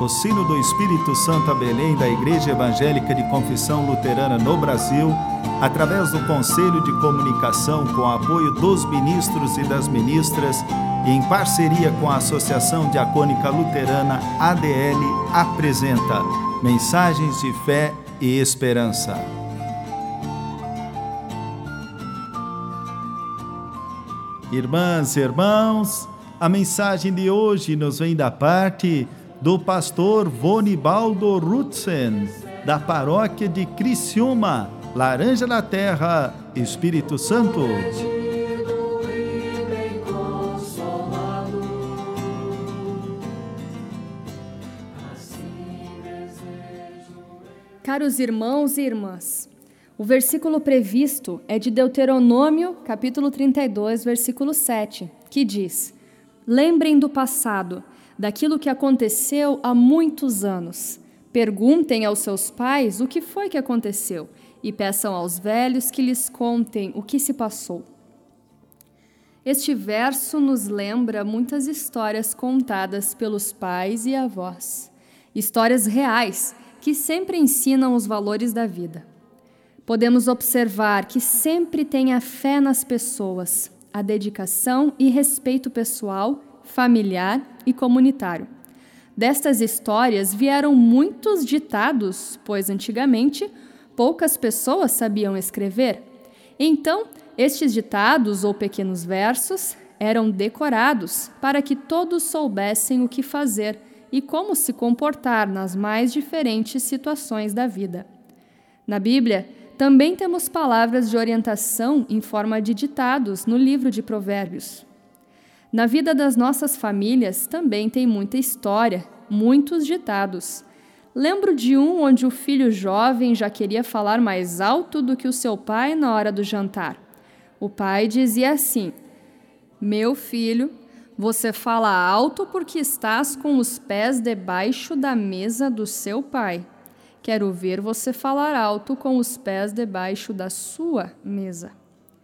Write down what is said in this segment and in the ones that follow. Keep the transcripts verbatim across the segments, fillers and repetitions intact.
o sino do Espírito Santo a Belém da Igreja Evangélica de Confissão Luterana no Brasil, através do Conselho de Comunicação com o apoio dos ministros e das ministras e em parceria com a Associação Diacônica Luterana A D L, apresenta Mensagens de Fé e Esperança. Irmãs e irmãos, a mensagem de hoje nos vem da parte do pastor Vonibaldo Rutzen, da paróquia de Criciúma, Laranja da Terra, Espírito Santo. Caros irmãos e irmãs, o versículo previsto é de Deuteronômio, capítulo trinta e dois, versículo sete, que diz: Lembrem do passado, daquilo que aconteceu há muitos anos. Perguntem aos seus pais o que foi que aconteceu e peçam aos velhos que lhes contem o que se passou. Este verso nos lembra muitas histórias contadas pelos pais e avós, histórias reais que sempre ensinam os valores da vida. Podemos observar que sempre tem a fé nas pessoas, a dedicação e respeito pessoal, familiar e comunitário. Destas histórias vieram muitos ditados, pois antigamente poucas pessoas sabiam escrever. Então, estes ditados ou pequenos versos eram decorados para que todos soubessem o que fazer e como se comportar nas mais diferentes situações da vida. Na Bíblia, também temos palavras de orientação em forma de ditados no livro de Provérbios. Na vida das nossas famílias também tem muita história, muitos ditados. Lembro de um onde o filho jovem já queria falar mais alto do que o seu pai na hora do jantar. O pai dizia assim: Meu filho, você fala alto porque estás com os pés debaixo da mesa do seu pai. Quero ver você falar alto com os pés debaixo da sua mesa.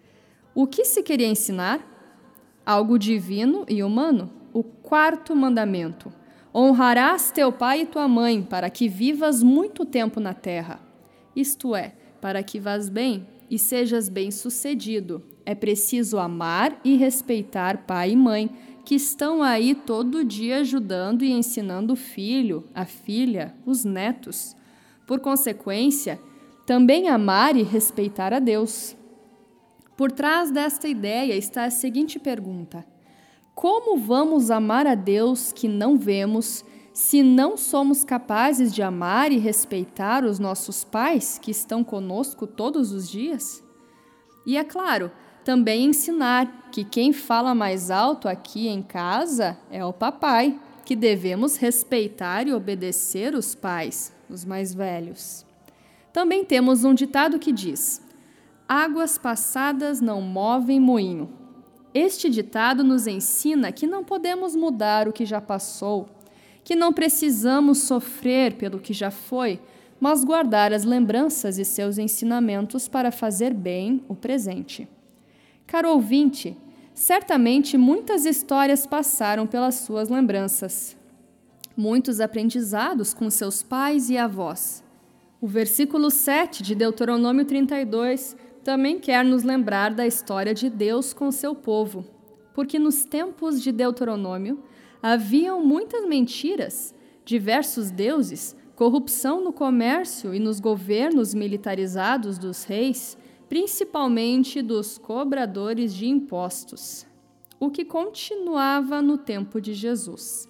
O que se queria ensinar? Algo divino e humano. O quarto mandamento. Honrarás teu pai e tua mãe, para que vivas muito tempo na terra. Isto é, para que vás bem e sejas bem-sucedido. É preciso amar e respeitar pai e mãe, que estão aí todo dia ajudando e ensinando o filho, a filha, os netos. Por consequência, também amar e respeitar a Deus. Por trás desta ideia está a seguinte pergunta: como vamos amar a Deus que não vemos, se não somos capazes de amar e respeitar os nossos pais que estão conosco todos os dias? E é claro, também ensinar que quem fala mais alto aqui em casa é o papai, que devemos respeitar e obedecer os pais, os mais velhos. Também temos um ditado que diz: águas passadas não movem moinho. Este ditado nos ensina que não podemos mudar o que já passou, que não precisamos sofrer pelo que já foi, mas guardar as lembranças e seus ensinamentos para fazer bem o presente. Caro ouvinte, certamente muitas histórias passaram pelas suas lembranças. Muitos aprendizados com seus pais e avós. O versículo sete de Deuteronômio trinta e dois também quer nos lembrar da história de Deus com seu povo, porque nos tempos de Deuteronômio haviam muitas mentiras, diversos deuses, corrupção no comércio e nos governos militarizados dos reis, principalmente dos cobradores de impostos, o que continuava no tempo de Jesus.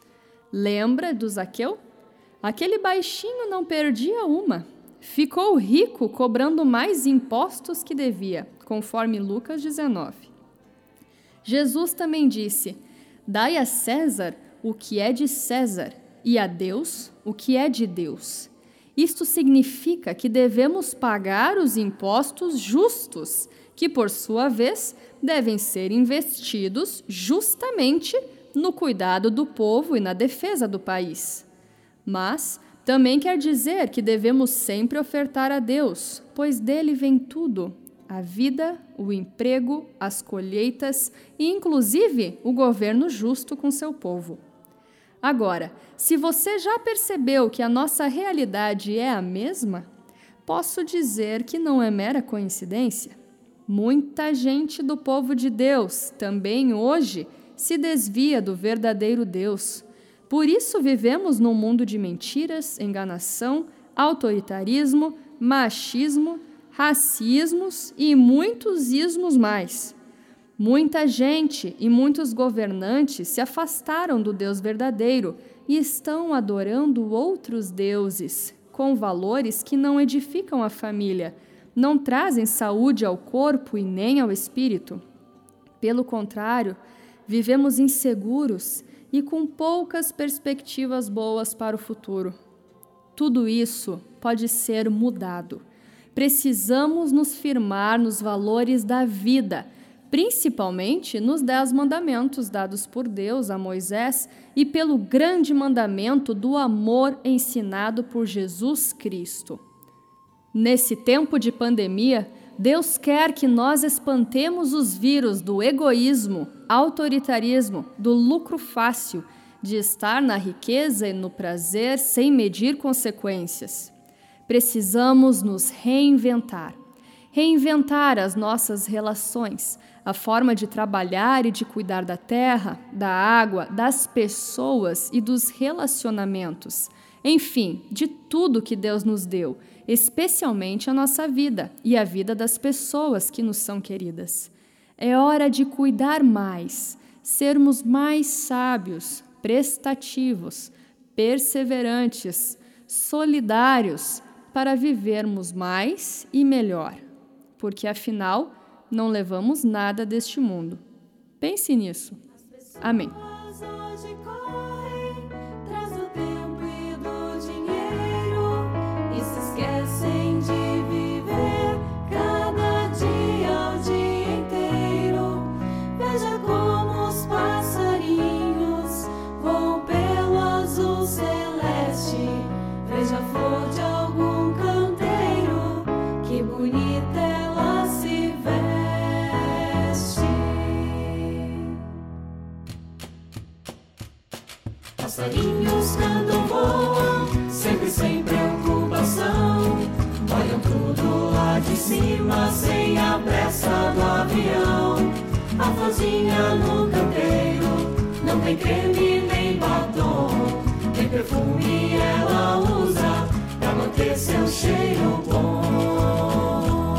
Lembra do Zaqueu? Aquele baixinho não perdia uma. Ficou rico cobrando mais impostos que devia, conforme Lucas dezenove. Jesus também disse: Dai a César o que é de César e a Deus o que é de Deus. Isto significa que devemos pagar os impostos justos, que, por sua vez, devem ser investidos justamente no cuidado do povo e na defesa do país. Mas também quer dizer que devemos sempre ofertar a Deus, pois dele vem tudo: a vida, o emprego, as colheitas e, inclusive, o governo justo com seu povo. Agora, se você já percebeu que a nossa realidade é a mesma, posso dizer que não é mera coincidência. Muita gente do povo de Deus também hoje se desvia do verdadeiro Deus. Por isso vivemos num mundo de mentiras, enganação, autoritarismo, machismo, racismos e muitos ismos mais. Muita gente e muitos governantes se afastaram do Deus verdadeiro e estão adorando outros deuses, com valores que não edificam a família, não trazem saúde ao corpo e nem ao espírito. Pelo contrário, vivemos inseguros e com poucas perspectivas boas para o futuro. Tudo isso pode ser mudado. Precisamos nos firmar nos valores da vida, principalmente nos dez mandamentos dados por Deus a Moisés e pelo grande mandamento do amor ensinado por Jesus Cristo. Nesse tempo de pandemia, Deus quer que nós espantemos os vírus do egoísmo, autoritarismo, do lucro fácil, de estar na riqueza e no prazer sem medir consequências. Precisamos nos reinventar. Reinventar as nossas relações, a forma de trabalhar e de cuidar da terra, da água, das pessoas e dos relacionamentos. Enfim, de tudo que Deus nos deu, especialmente a nossa vida e a vida das pessoas que nos são queridas. É hora de cuidar mais, sermos mais sábios, prestativos, perseverantes, solidários, para vivermos mais e melhor. Porque, afinal, não levamos nada deste mundo. Pense nisso. Amém. Veja a flor de algum canteiro, que bonita ela se veste. Passarinhos cantam, voam, sempre sem preocupação. Olham tudo lá de cima, sem a pressa do avião. A florzinha no canteiro não tem creme nem batom, nem perfume ela usa pra manter seu cheiro bom.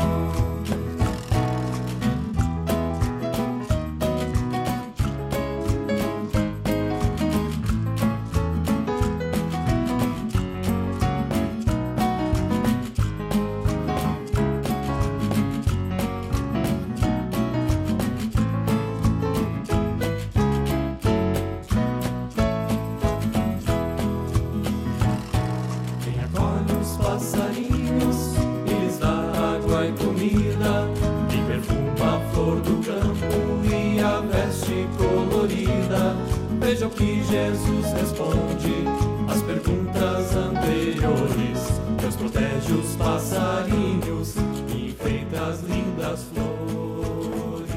Passarinhos, e lhes dá água e comida, e perfuma a flor do campo e a veste colorida. Veja o que Jesus responde às perguntas anteriores. Deus protege os passarinhos e enfeita as lindas flores.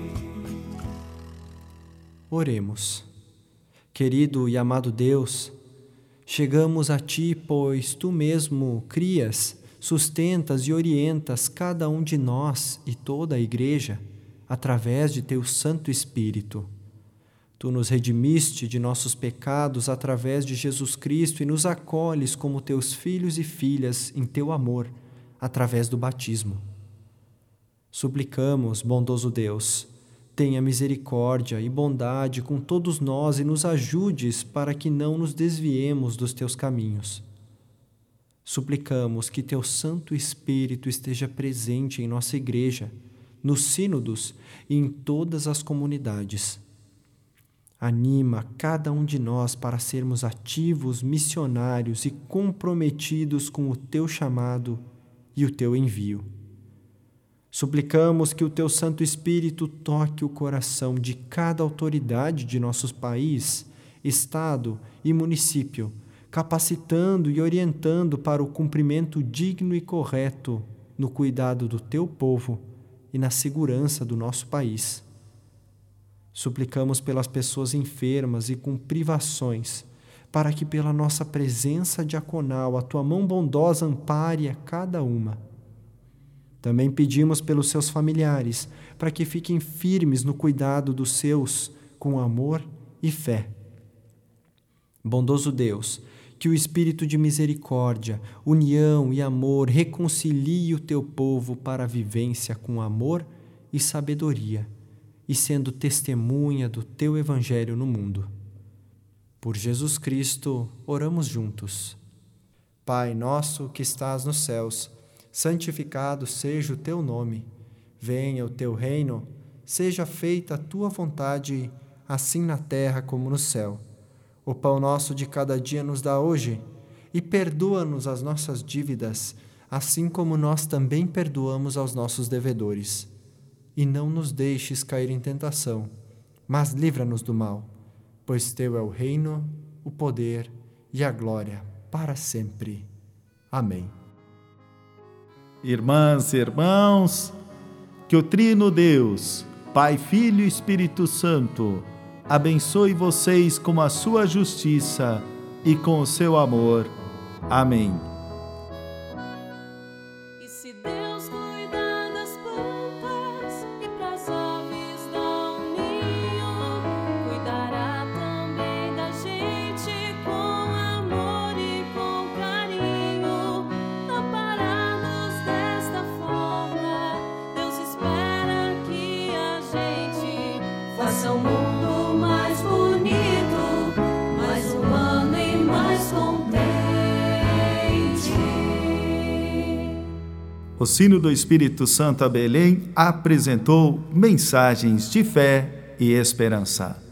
Oremos. Querido e amado Deus, chegamos a Ti, pois Tu mesmo crias, sustentas e orientas cada um de nós e toda a Igreja, através de Teu Santo Espírito. Tu nos redimiste de nossos pecados através de Jesus Cristo e nos acolhes como Teus filhos e filhas em Teu amor, através do batismo. Suplicamos, bondoso Deus, tenha misericórdia e bondade com todos nós e nos ajudes para que não nos desviemos dos Teus caminhos. Suplicamos que Teu Santo Espírito esteja presente em nossa Igreja, nos sínodos e em todas as comunidades. Anima cada um de nós para sermos ativos, missionários e comprometidos com o Teu chamado e o Teu envio. Suplicamos que o Teu Santo Espírito toque o coração de cada autoridade de nosso país, estado e município, capacitando e orientando para o cumprimento digno e correto no cuidado do Teu povo e na segurança do nosso país. Suplicamos pelas pessoas enfermas e com privações, para que pela nossa presença diaconal a tua mão bondosa ampare a cada uma. Também pedimos pelos seus familiares, para que fiquem firmes no cuidado dos seus, com amor e fé. Bondoso Deus, que o Espírito de misericórdia, união e amor reconcilie o teu povo para a vivência com amor e sabedoria, e sendo testemunha do teu Evangelho no mundo. Por Jesus Cristo, oramos juntos. Pai nosso que estás nos céus, santificado seja o teu nome. Venha o teu reino, seja feita a tua vontade, assim na terra como no céu. O pão nosso de cada dia nos dá hoje, e perdoa-nos as nossas dívidas, assim como nós também perdoamos aos nossos devedores. E não nos deixes cair em tentação, mas livra-nos do mal, pois teu é o reino, o poder e a glória para sempre. Amém. Irmãs e irmãos, que o Trino Deus, Pai, Filho e Espírito Santo, abençoe vocês com a sua justiça e com o seu amor. Amém. E se Deus cuidar das plantas e pras aves dá um ninho, cuidará também da gente com amor e com carinho. Amparados desta forma, Deus espera que a gente faça o mundo mais bonito, mais humano e mais contente. O Sino do Espírito Santo a Belém apresentou mensagens de fé e esperança.